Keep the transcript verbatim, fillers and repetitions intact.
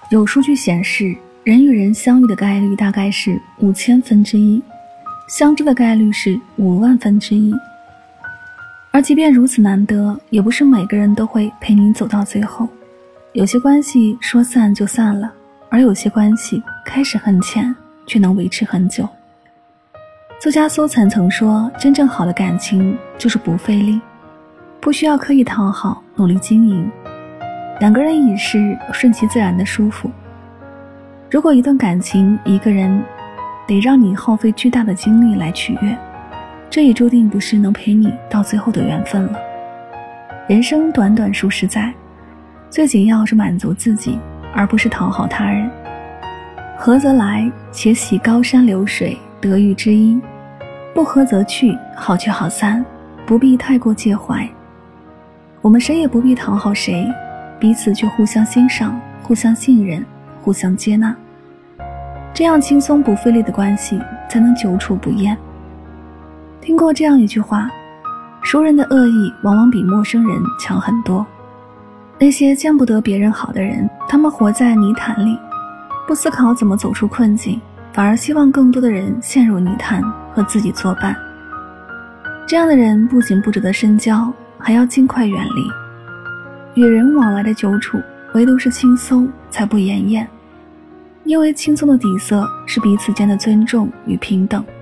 有数据显示，人与人相遇的概率大概是五千分之一，相知的概率是五万分之一。而即便如此难得，也不是每个人都会陪你走到最后。有些关系说散就散了，而有些关系开始很浅，却能维持很久。作家苏岑曾说，真正好的感情就是不费力，不需要刻意讨好，努力经营，两个人已是顺其自然的舒服。如果一段感情，一个人得让你耗费巨大的精力来取悦，这也注定不是能陪你到最后的缘分了。人生短短数十载，最紧要是满足自己，而不是讨好他人。合则来，且喜高山流水，得遇知音；不合则去，好聚好散，不必太过介怀。我们谁也不必讨好谁，彼此却互相欣赏，互相信任，互相接纳，这样轻松不费力的关系才能久处不厌。听过这样一句话，熟人的恶意往往比陌生人强很多。那些见不得别人好的人，他们活在泥潭里，不思考怎么走出困境，反而希望更多的人陷入泥潭和自己作伴。这样的人不仅不值得深交，还要尽快远离。与人往来的久处，唯独是轻松才不言厌，因为轻松的底色是彼此间的尊重与平等。